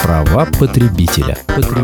Права потребителя.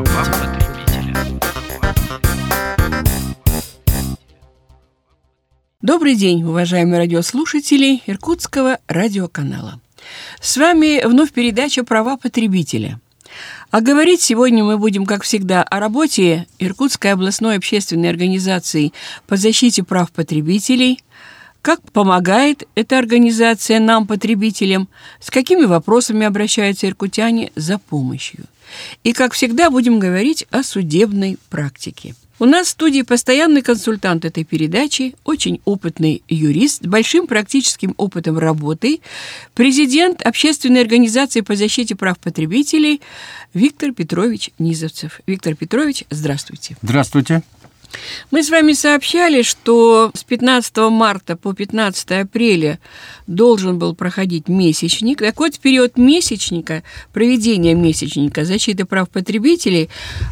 Добрый день, уважаемые радиослушатели Иркутского радиоканала. С вами вновь передача «Права потребителя». А говорить сегодня мы будем, как всегда, о работе Иркутской областной общественной организации по защите прав потребителей, как помогает эта организация нам, потребителям, с какими вопросами обращаются иркутяне за помощью. И, как всегда, будем говорить о судебной практике. У нас в студии постоянный консультант этой передачи, очень опытный юрист с большим практическим опытом работы, президент Общественной организации по защите прав потребителей Виктор Петрович Низовцев. Виктор Петрович, здравствуйте. Здравствуйте. Мы с вами сообщали, что с 15 марта по 15 апреля должен был проходить месячник. Так вот, в период месячника, проведения месячника защиты прав потребителей,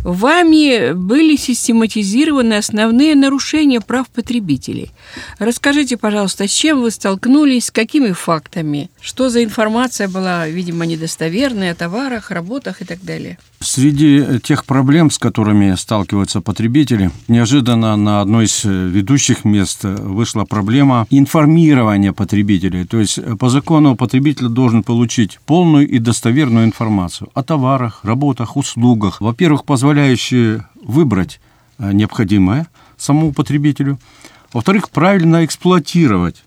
вами были систематизированы основные нарушения прав потребителей. Расскажите, пожалуйста, с чем вы столкнулись, с какими фактами? Что за информация была, видимо, недостоверная о товарах, работах и так далее? Среди тех проблем, с которыми сталкиваются потребители, неожиданно на одно из ведущих мест вышла проблема информирования потребителей. То есть по закону потребитель должен получить полную и достоверную информацию о товарах, работах, услугах. Во-первых, позволяющие выбрать необходимое самому потребителю. Во-вторых, правильно эксплуатировать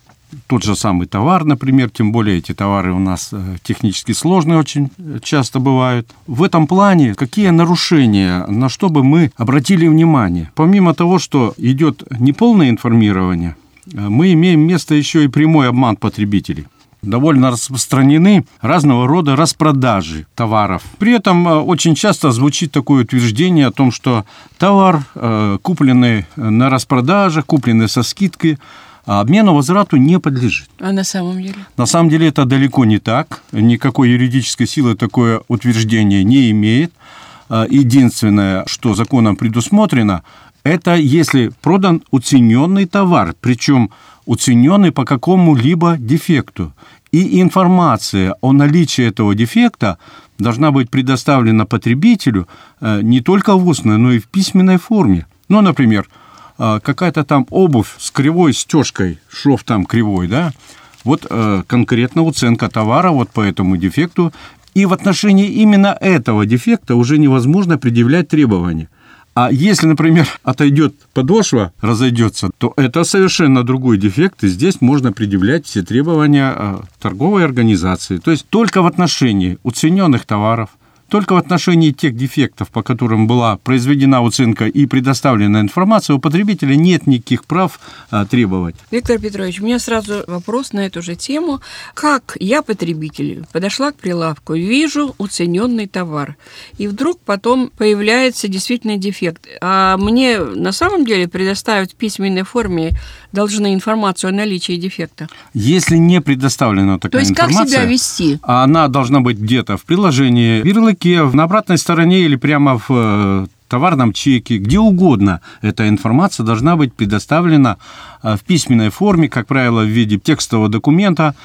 тот же самый товар, например, тем более эти товары у нас технически сложные очень часто бывают. В этом плане какие нарушения, на что бы мы обратили внимание? Помимо того, что идет неполное информирование, мы имеем место еще и прямой обман потребителей. Довольно распространены разного рода распродажи товаров. При этом очень часто звучит такое утверждение о том, что товар, купленный на распродаже, купленный со скидкой, а обмену, возврату не подлежит. А на самом деле? На самом деле это далеко не так. Никакой юридической силы такое утверждение не имеет. Единственное, что законом предусмотрено, это если продан уцененный товар, причем уцененный по какому-либо дефекту. И информация о наличии этого дефекта должна быть предоставлена потребителю не только в устной, но и в письменной форме. Ну, например, какая-то там обувь с кривой стежкой, шов там кривой, да, вот конкретно оценка товара вот по этому дефекту, и в отношении именно этого дефекта уже невозможно предъявлять требования. А если, например, отойдет подошва, разойдется, то это совершенно другой дефект, и здесь можно предъявлять все требования торговой организации. То есть только в отношении уцененных товаров, только в отношении тех дефектов, по которым была произведена оценка и предоставлена информация, у потребителя нет никаких прав требовать. Виктор Петрович, у меня сразу вопрос на эту же тему. Как я, потребитель, подошла к прилавку, вижу уцененный товар, и вдруг потом появляется действительно дефект, а мне на самом деле предоставить в письменной форме должны информацию о наличии дефекта? Если не предоставлена такая информация... То есть как себя вести? Она должна быть где-то в приложении, в ярлыке, на обратной стороне или прямо в товарном чеке, где угодно эта информация должна быть предоставлена в письменной форме, как правило, в виде текстового документа.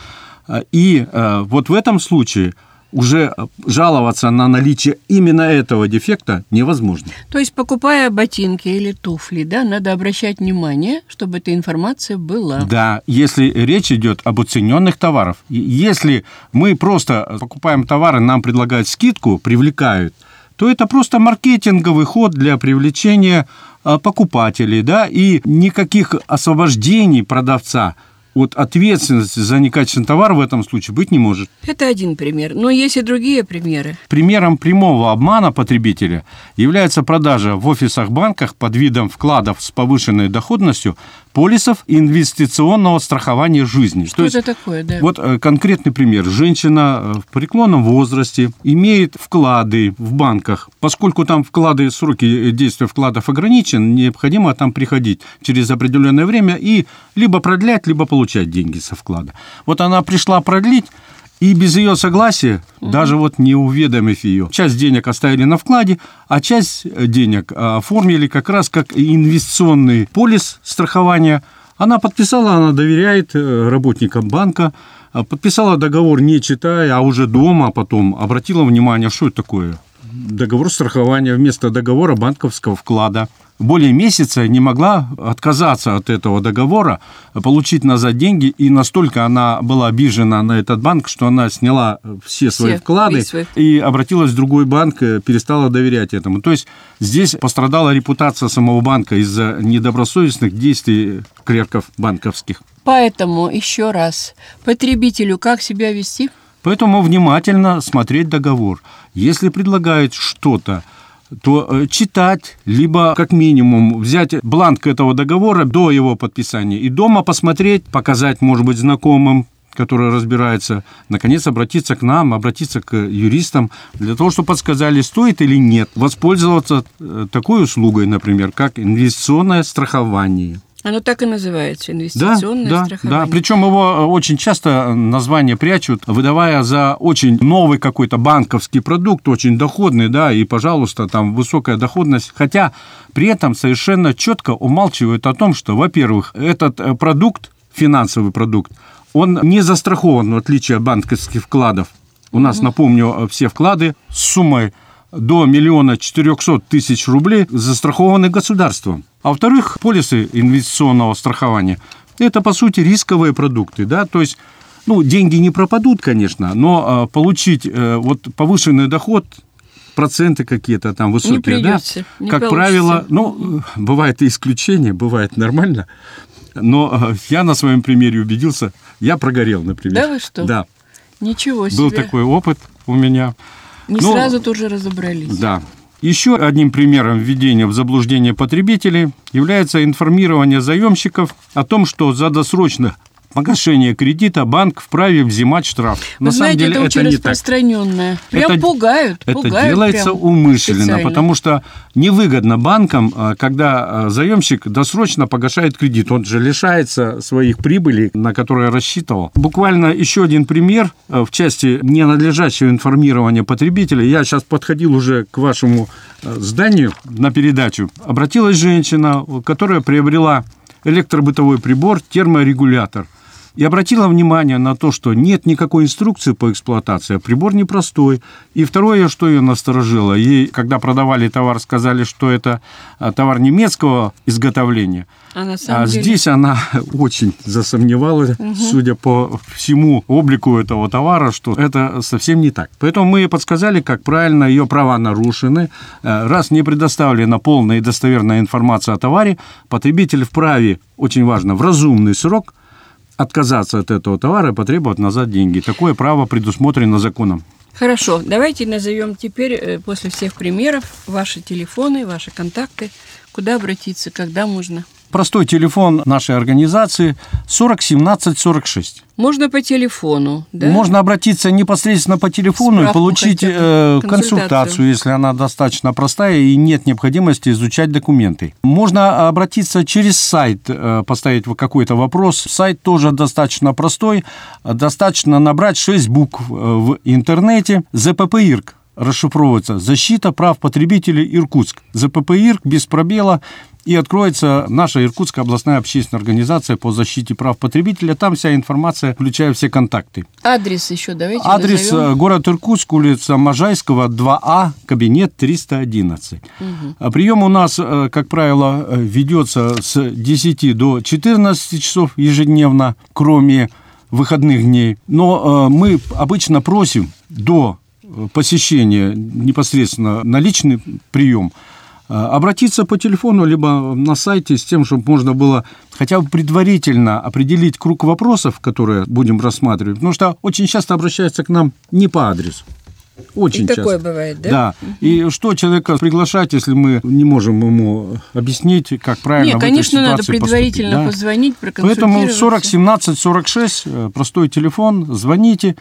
И вот в этом случае уже жаловаться на наличие именно этого дефекта невозможно. То есть, покупая ботинки или туфли, да, надо обращать внимание, чтобы эта информация была. Да, если речь идет об уцененных товарах. Если мы просто покупаем товары, нам предлагают скидку, привлекают, то это просто маркетинговый ход для привлечения покупателей, да, и никаких освобождений продавца от ответственности за некачественный товар в этом случае быть не может. Это один пример, но есть и другие примеры. Примером прямого обмана потребителя является продажа в офисах-банках под видом вкладов с повышенной доходностью полисов инвестиционного страхования жизни. Что это такое, да? Вот конкретный пример. Женщина в преклонном возрасте имеет вклады в банках. Поскольку там сроки действия вкладов ограничены, необходимо там приходить через определенное время и либо продлять, либо получать деньги со вклада. Вот она пришла продлить, И без ее согласия, даже вот не уведомив ее, часть денег оставили на вкладе, а часть денег оформили как раз как инвестиционный полис страхования, Она подписала, она доверяет работникам банка, подписала договор, не читая, а уже дома потом обратила внимание, что это такое. Договор страхования вместо договора банковского вклада. Более месяца не могла отказаться от этого договора, получить назад деньги, и настолько она была обижена на этот банк, что она сняла все свои вклады и обратилась в другой банк, перестала доверять этому. То есть здесь пострадала репутация самого банка из-за недобросовестных действий клерков банковских. Поэтому, еще раз, потребителю как себя вести? Поэтому внимательно смотреть договор. Если предлагают что-то, то читать, либо как минимум взять бланк этого договора до его подписания и дома посмотреть, показать, может быть, знакомым, которые разбираются, наконец обратиться к нам, обратиться к юристам, для того, чтобы подсказали, стоит или нет воспользоваться такой услугой, например, как инвестиционное страхование. Оно так и называется, инвестиционное страхование. Да, причем его очень часто название прячут, выдавая за очень новый какой-то банковский продукт, очень доходный, да, и, пожалуйста, там высокая доходность, хотя при этом совершенно четко умалчивают о том, что, во-первых, этот продукт, финансовый продукт, он не застрахован, в отличие от банковских вкладов. У нас, напомню, все вклады с суммой до 1 400 000 рублей застрахованы государством. А во-вторых, полисы инвестиционного страхования – это, по сути, рисковые продукты. Да? То есть, деньги не пропадут, конечно, но получить вот повышенный доход, проценты какие-то там высокие, не придется, да? Как правило, бывает и исключения, бывает нормально, но я на своем примере убедился, я прогорел, например. Да вы что? Да. Ничего себе. Был такой опыт у меня. Сразу тоже разобрались. Да. Еще одним примером введения в заблуждение потребителей является информирование заемщиков о том, что за досрочное погашение кредита банк вправе взимать штраф. Вы знаете, это очень распространенное. Прям пугают. Это делается умышленно, специально. Потому что невыгодно банкам, когда заемщик досрочно погашает кредит. Он же лишается своих прибылей, на которые рассчитывал. Буквально еще один пример в части ненадлежащего информирования потребителей. Я сейчас подходил уже к вашему зданию на передачу. Обратилась женщина, которая приобрела электробытовой прибор, терморегулятор. И обратила внимание на то, что нет никакой инструкции по эксплуатации, а прибор непростой. И второе, что ее насторожило, ей, когда продавали товар, сказали, что это товар немецкого изготовления. А здесь она очень засомневалась, судя по всему облику этого товара, что это совсем не так. Поэтому мы ей подсказали, как правильно, ее права нарушены. Раз не предоставлена полная и достоверная информация о товаре, потребитель вправе, очень важно, в разумный срок отказаться от этого товара и потребовать назад деньги. Такое право предусмотрено законом. Хорошо, давайте назовем теперь, после всех примеров, ваши телефоны, ваши контакты, куда обратиться, когда можно. Простой телефон нашей организации 40 17 46. Можно по телефону, да? Можно обратиться непосредственно по телефону и получить консультацию, если она достаточно простая и нет необходимости изучать документы. Можно обратиться через сайт, поставить какой-то вопрос. Сайт тоже достаточно простой. Достаточно набрать 6 букв в интернете. ЗПП-ИРК. Расшифровывается «Защита прав потребителей Иркутск». ЗПП-ИРК без пробела, и откроется наша Иркутская областная общественная организация по защите прав потребителя. Там вся информация, включая все контакты. Адрес еще давайте Адрес назовем. Город Иркутск, улица Можайского, 2А, кабинет 311. Прием у нас, как правило, ведется с 10 до 14 часов ежедневно, кроме выходных дней. Но мы обычно просим до посещения непосредственно на личный прием обратиться по телефону либо на сайте с тем, чтобы можно было хотя бы предварительно определить круг вопросов, которые будем рассматривать, потому что очень часто обращаются к нам не по адресу. Очень часто. Такое бывает, да? Да. И что человека приглашать, если мы не можем ему объяснить, как правильно в этой ситуации конечно, надо предварительно позвонить, проконсультироваться. Поэтому 40 17 46, простой телефон, звоните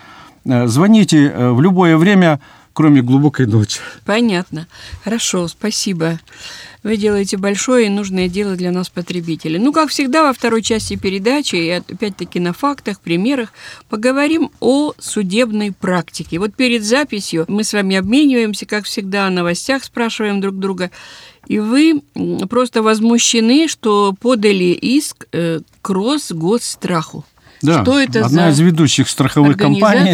в любое время, кроме глубокой ночи. Понятно. Хорошо, спасибо. Вы делаете большое и нужное дело для нас, потребителей. Ну, как всегда, во второй части передачи, и опять-таки на фактах, примерах, поговорим о судебной практике. Вот перед записью мы с вами обмениваемся, как всегда, о новостях, спрашиваем друг друга. И вы просто возмущены, что подали иск к Росгосстраху. Да, что это одна из ведущих страховых компаний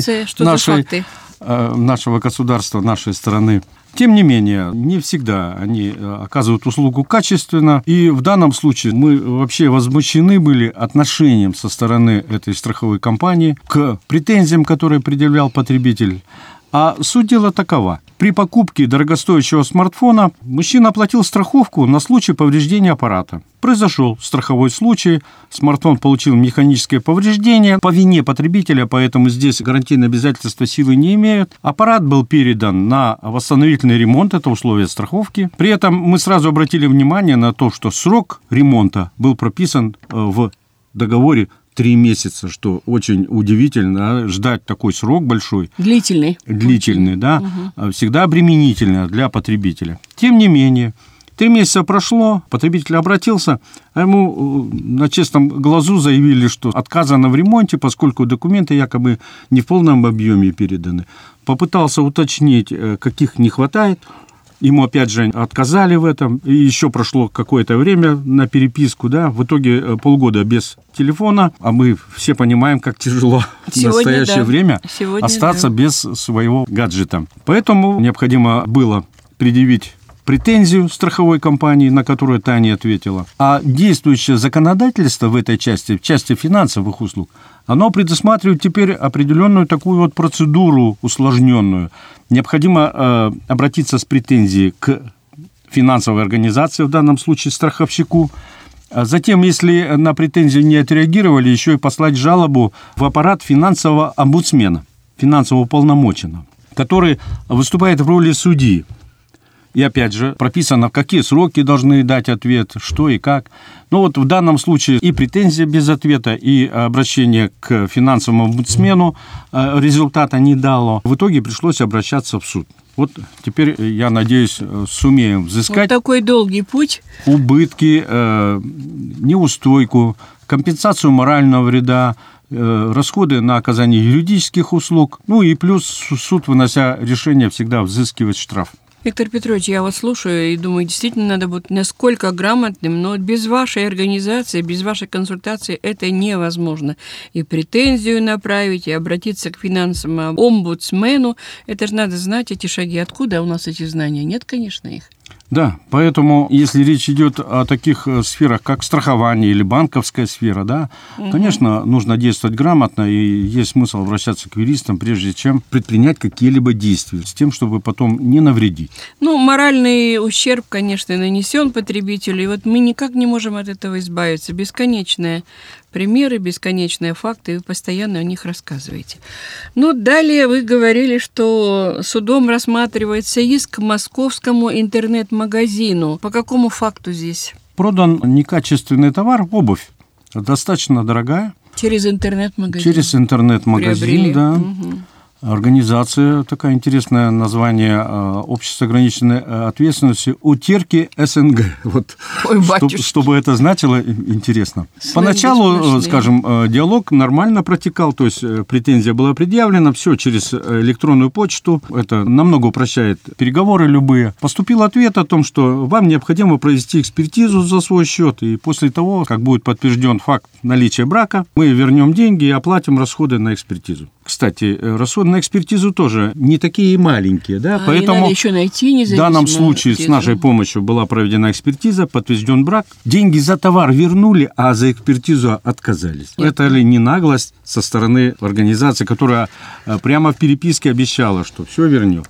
нашего государства, нашей страны. Тем не менее, не всегда они оказывают услугу качественно, и в данном случае мы вообще возмущены были отношением со стороны этой страховой компании к претензиям, которые предъявлял потребитель. А суть дела такова. При покупке дорогостоящего смартфона мужчина оплатил страховку на случай повреждения аппарата. Произошел страховой случай, смартфон получил механическое повреждение по вине потребителя, поэтому здесь гарантийные обязательства силы не имеют. Аппарат был передан на восстановительный ремонт, это условие страховки. При этом мы сразу обратили внимание на то, что срок ремонта был прописан в договоре 3 месяца, что очень удивительно, ждать такой срок большой. Длительный, да, всегда обременительно для потребителя. Тем не менее, 3 месяца прошло, потребитель обратился, а ему на честном глазу заявили, что отказано в ремонте, поскольку документы якобы не в полном объеме переданы. Попытался уточнить, каких не хватает. Ему, опять же, отказали в этом, и еще прошло какое-то время на переписку, да, в итоге полгода без телефона, а мы все понимаем, как тяжело в настоящее время остаться без своего гаджета. Поэтому необходимо было предъявить претензию страховой компании, на которую та не ответила. А действующее законодательство в этой части, в части финансовых услуг, оно предусматривает теперь определенную такую вот процедуру усложненную. Необходимо обратиться с претензией к финансовой организации, в данном случае страховщику. Затем, если на претензию не отреагировали, еще и послать жалобу в аппарат финансового омбудсмена, финансового уполномоченного, который выступает в роли судьи. И опять же прописано, в какие сроки должны дать ответ, что и как. Ну вот в данном случае и претензия без ответа, и обращение к финансовому омбудсмену результата не дало. В итоге пришлось обращаться в суд. Вот теперь, я надеюсь, сумеем взыскать. Вот такой долгий путь. Убытки, неустойку, компенсацию морального вреда, расходы на оказание юридических услуг. Ну и плюс суд, вынося решение, всегда взыскивает штраф. Виктор Петрович, я вас слушаю и думаю, действительно надо быть насколько грамотным, но без вашей организации, без вашей консультации это невозможно. И претензию направить, и обратиться к финансовому омбудсмену, это же надо знать эти шаги. Откуда у нас эти знания? Нет, конечно, их. Да, поэтому, если речь идет о таких сферах, как страхование или банковская сфера, да, конечно, нужно действовать грамотно, и есть смысл обращаться к юристам, прежде чем предпринять какие-либо действия, с тем, чтобы потом не навредить. Ну, моральный ущерб, конечно, нанесен потребителю, и вот мы никак не можем от этого избавиться. Бесконечные примеры, бесконечные факты, вы постоянно о них рассказываете. Ну, далее вы говорили, что судом рассматривается иск к московскому интернет-магазину. По какому факту здесь? Продан некачественный товар, обувь, достаточно дорогая. Через интернет-магазин? Через интернет-магазин, приобрели. Да. Угу. Организация, такое интересное название, общество с ограниченной ответственностью, «Утирки СНГ». Вот, чтобы это значило, интересно. Поначалу, скажем, диалог нормально протекал, то есть претензия была предъявлена, все через электронную почту, это намного упрощает переговоры любые. Поступил ответ о том, что вам необходимо провести экспертизу за свой счет, и после того, как будет подтвержден факт наличия брака, мы вернем деньги и оплатим расходы на экспертизу. Кстати, расходы на экспертизу тоже не такие маленькие, да, поэтому надо еще найти в данном случае с нашей помощью была проведена экспертиза, подтвержден брак, деньги за товар вернули, а за экспертизу отказались. Это ли не наглость со стороны организации, которая прямо в переписке обещала, что все вернет?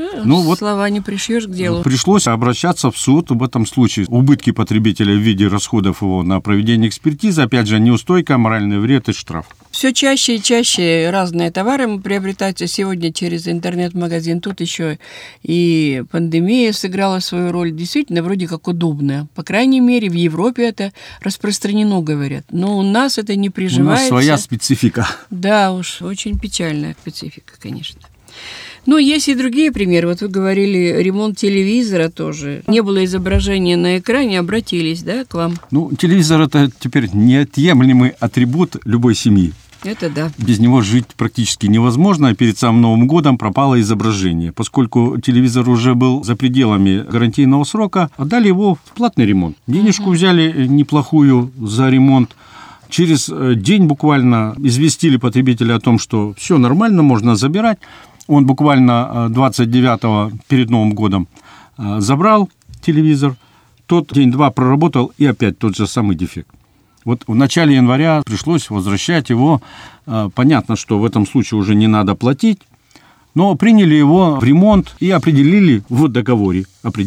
Слова не пришьешь к делу. Пришлось обращаться в суд. В этом случае убытки потребителя в виде расходов его на проведение экспертизы, опять же, неустойка, моральный вред и штраф. Все чаще и чаще разные товары приобретаются сегодня через интернет-магазин. Тут еще и пандемия сыграла свою роль. Действительно, вроде как удобно. По крайней мере, в Европе это распространено, говорят. Но у нас это не приживается. У нас своя специфика. Да уж, очень печальная специфика, конечно. Но есть и другие примеры. Вот вы говорили, ремонт телевизора тоже. Не было изображения на экране, обратились, да, к вам? Телевизор – это теперь неотъемлемый атрибут любой семьи. Это да. Без него жить практически невозможно, а перед самым Новым годом пропало изображение. Поскольку телевизор уже был за пределами гарантийного срока, отдали его в платный ремонт. Денежку взяли неплохую за ремонт. Через день буквально известили потребителя о том, что все нормально, можно забирать. Он буквально 29-го перед Новым годом забрал телевизор. Тот день-два проработал, и опять тот же самый дефект. Вот в начале января пришлось возвращать его. Понятно, что в этом случае уже не надо платить, но приняли его в ремонт и определили в договоре,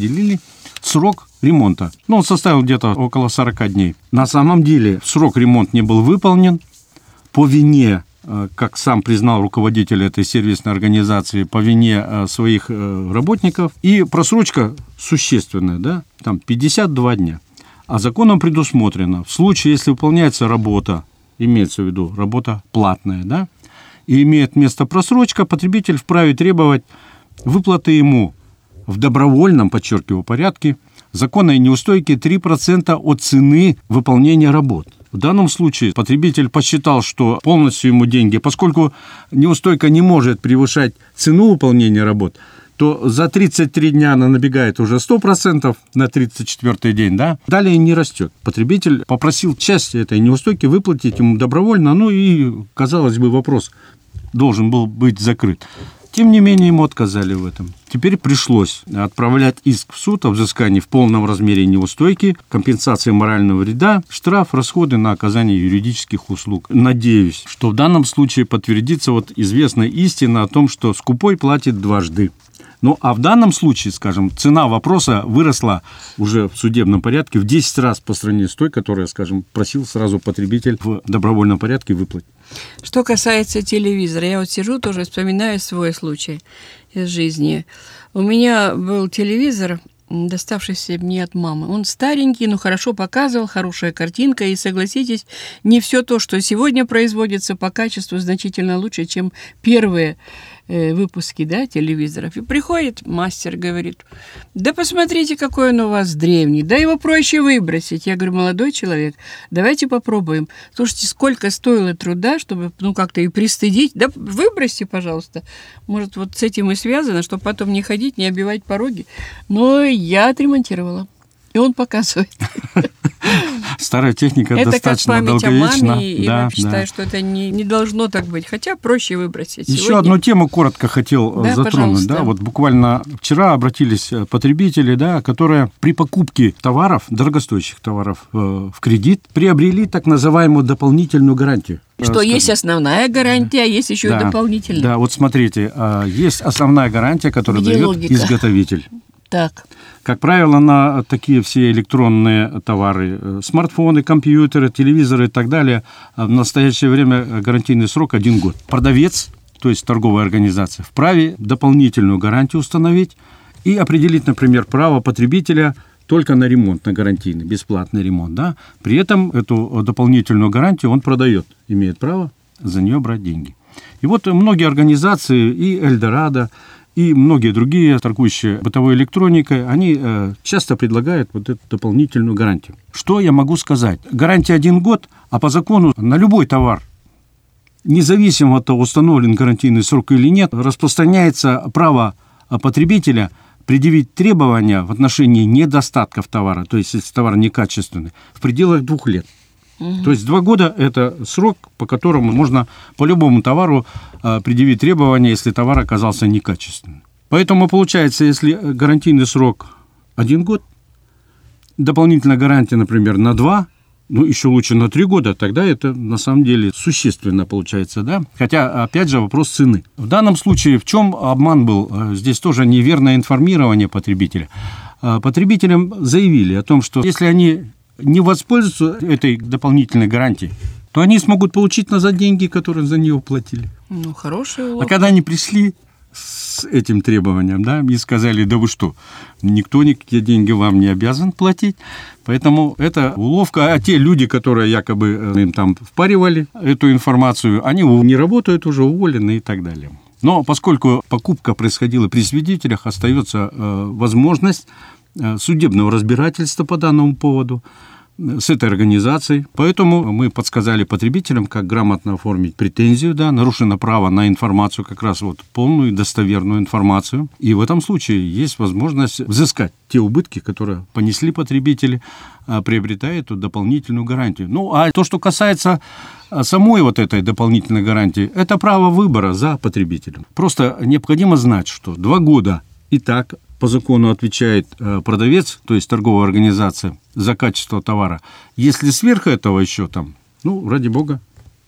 срок ремонта. Он составил где-то около 40 дней. На самом деле срок ремонта не был выполнен по вине, как сам признал руководитель этой сервисной организации, по вине своих работников. И просрочка существенная, да, там 52 дня. А законом предусмотрено, в случае, если выполняется работа, имеется в виду работа платная, да, и имеет место просрочка, потребитель вправе требовать выплаты ему в добровольном, подчеркиваю, порядке законной неустойки 3% от цены выполнения работ. В данном случае потребитель посчитал, что полностью ему деньги, поскольку неустойка не может превышать цену выполнения работ, то за 33 дня она набегает уже 100% на 34-й день, да? Далее не растет. Потребитель попросил часть этой неустойки выплатить ему добровольно, и, казалось бы, вопрос должен был быть закрыт. Тем не менее, ему отказали в этом. Теперь пришлось отправлять иск в суд о взыскании в полном размере неустойки, компенсации морального вреда, штраф, расходы на оказание юридических услуг. Надеюсь, что в данном случае подтвердится известная истина о том, что скупой платит дважды. А в данном случае, скажем, цена вопроса выросла уже в судебном порядке в 10 раз по сравнению с той, которую, скажем, просил сразу потребитель в добровольном порядке выплатить. Что касается телевизора, я сижу тоже, вспоминаю свой случай из жизни. У меня был телевизор, доставшийся мне от мамы. Он старенький, но хорошо показывал, хорошая картинка. И, согласитесь, не все то, что сегодня производится по качеству, значительно лучше, чем первые выпуски, телевизоров. И приходит мастер, говорит: да посмотрите, какой он у вас древний, да его проще выбросить. Я говорю: молодой человек, давайте попробуем. Слушайте, сколько стоило труда, чтобы, как-то и пристыдить. Да выбросьте, пожалуйста. Может, с этим и связано, чтобы потом не ходить, не оббивать пороги. Но я отремонтировала. И он показывает. Старая техника это достаточно долговечна. Это как память о маме, и я считаю, да. что это не должно так быть. Хотя проще выбросить. Еще Сегодня... одну тему коротко хотел затронуть. Да? Буквально вчера обратились потребители, которые при покупке товаров, дорогостоящих товаров в кредит, приобрели так называемую дополнительную гарантию. Что есть основная гарантия, а есть еще и дополнительная. Да, смотрите, есть основная гарантия, которую дает изготовитель. Так. Как правило, на такие все электронные товары, смартфоны, компьютеры, телевизоры и так далее, в настоящее время гарантийный срок 1 год. Продавец, то есть торговая организация, вправе дополнительную гарантию установить и определить, например, право потребителя только на ремонт, на гарантийный, бесплатный ремонт. Да? При этом эту дополнительную гарантию он продает, имеет право за нее брать деньги. И многие организации, и Эльдорадо, и многие другие, торгующие бытовой электроникой, они часто предлагают эту дополнительную гарантию. Что я могу сказать? Гарантия 1 год, а по закону на любой товар, независимо от того, установлен гарантийный срок или нет, распространяется право потребителя предъявить требования в отношении недостатков товара, то есть если товар некачественный, в пределах 2 лет. То есть 2 года – это срок, по которому можно по любому товару предъявить требования, если товар оказался некачественным. Поэтому получается, если гарантийный срок 1 год, дополнительная гарантия, например, на 2, еще лучше на 3 года, тогда это на самом деле существенно получается, да? Хотя, опять же, вопрос цены. В данном случае в чем обман был? Здесь тоже неверное информирование потребителя. Потребителям заявили о том, что если они не воспользуются этой дополнительной гарантией, то они смогут получить назад деньги, которые за нее платили. Ну, хорошая уловка. А когда они пришли с этим требованием, да, и сказали, да вы что, никто никакие деньги вам не обязан платить, поэтому это уловка. А те люди, которые якобы им там впаривали эту информацию, они не работают уже, уволены и так далее. Но поскольку покупка происходила при свидетелях, остается возможность судебного разбирательства по данному поводу с этой организацией. Поэтому мы подсказали потребителям, как грамотно оформить претензию, да, нарушено право на информацию, как раз вот полную и достоверную информацию. И в этом случае есть возможность взыскать те убытки, которые понесли потребители, приобретая эту дополнительную гарантию. Ну, а то, что касается самой вот этой дополнительной гарантии, это право выбора за потребителем. Просто необходимо знать, что 2 года и так по закону отвечает продавец, то есть торговая организация, за качество товара. Если сверх этого еще там, ну, ради бога,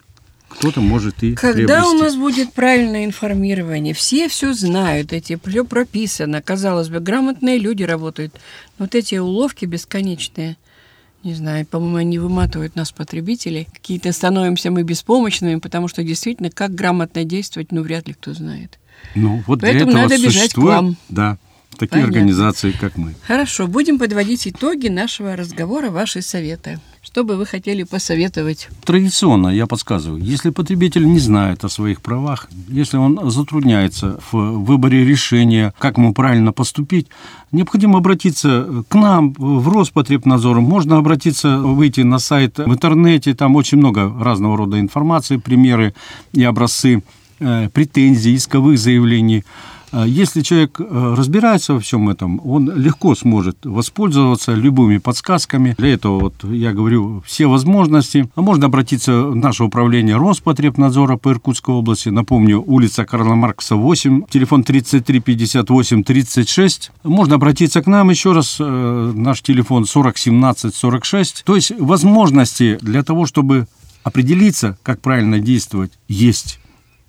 кто-то может и Когда приобрести. у нас будет правильное информирование? Все знают, все прописано. Казалось бы, грамотные люди работают. Но вот эти уловки бесконечные, не знаю, по-моему, они выматывают нас, потребителей. Какие-то становимся мы беспомощными, потому что действительно, как грамотно действовать, ну, вряд ли кто знает. Ну, вот Поэтому для этого надо бежать к вам. Да, такие Понятно. организации, как мы. Хорошо, будем подводить итоги нашего разговора, ваши советы. Что бы вы хотели посоветовать? Традиционно я подсказываю, если потребитель не знает о своих правах, если он затрудняется в выборе решения, как ему правильно поступить, необходимо обратиться к нам в Роспотребнадзор. Можно обратиться, выйти на сайт в интернете, там очень много разного рода информации, примеры и образцы претензий, исковых заявлений. Если человек разбирается во всем этом, он легко сможет воспользоваться любыми подсказками. Для этого, вот, я говорю, все возможности. Можно обратиться в наше управление Роспотребнадзора по Иркутской области. Напомню, улица Карла Маркса, 8, телефон 33 58 36. Можно обратиться к нам еще раз. Наш телефон 40 17 46. То есть возможности для того, чтобы определиться, как правильно действовать, есть.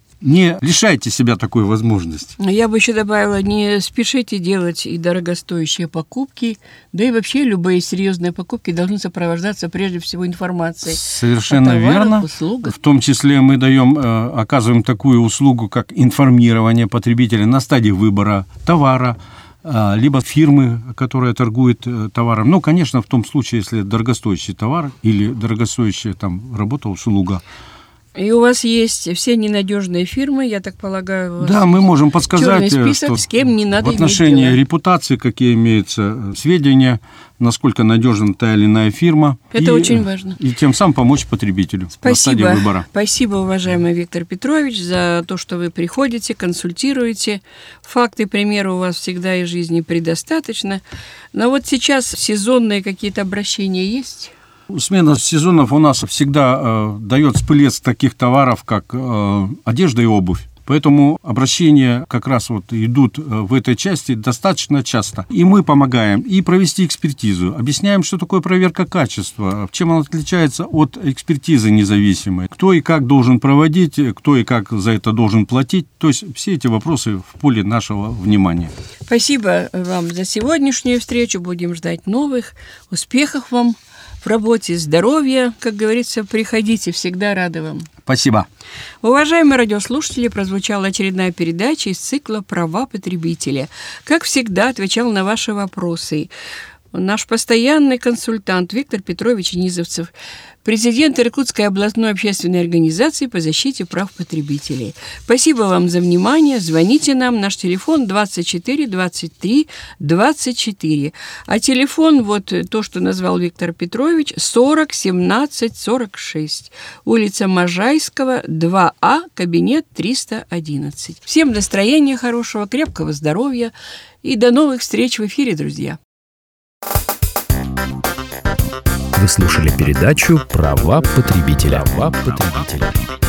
Не лишайте себя такой возможности. Я бы еще добавила, не спешите делать и дорогостоящие покупки, да и вообще любые серьезные покупки должны сопровождаться прежде всего информацией. Совершенно о товарах, верно. услугах. В том числе мы оказываем такую услугу, как информирование потребителя на стадии выбора товара, либо фирмы, которая торгует товаром. Ну, конечно, в том случае, если дорогостоящий товар или дорогостоящая там работа, услуга. И у вас есть все ненадежные фирмы, я так полагаю. У вас да, мы можем подсказать, черный список, что с кем не надо в отношении иметь дела. репутации, какие имеются сведения, насколько надежна та или иная фирма. Это очень важно. И тем самым помочь потребителю на стадии выбора. Спасибо, уважаемый Виктор Петрович, за то, что вы приходите, консультируете. Факты, примеры у вас всегда из жизни предостаточно. Но вот сейчас сезонные какие-то обращения есть? Смена сезонов у нас всегда дает всплеск таких товаров, как одежда и обувь. Поэтому обращения как раз вот идут в этой части достаточно часто. И мы помогаем и провести экспертизу, объясняем, что такое проверка качества, чем она отличается от экспертизы независимой, кто и как должен проводить, кто и как за это должен платить. То есть все эти вопросы в поле нашего внимания. Спасибо вам за сегодняшнюю встречу. Будем ждать новых. Успехов вам в работе, здоровья. Как говорится, приходите, всегда рады вам. Спасибо. Уважаемые радиослушатели, прозвучала очередная передача из цикла «Права потребителя». Как всегда, отвечал на ваши вопросы наш постоянный консультант Виктор Петрович Низовцев, президент Иркутской областной общественной организации по защите прав потребителей. Спасибо вам за внимание. Звоните нам. Наш телефон 24 23 24. А телефон, вот то, что назвал Виктор Петрович, 40 17 46. Улица Можайского, 2А, кабинет 311. Всем настроения хорошего, крепкого здоровья и до новых встреч в эфире, друзья. Вы слушали передачу «Права потребителя».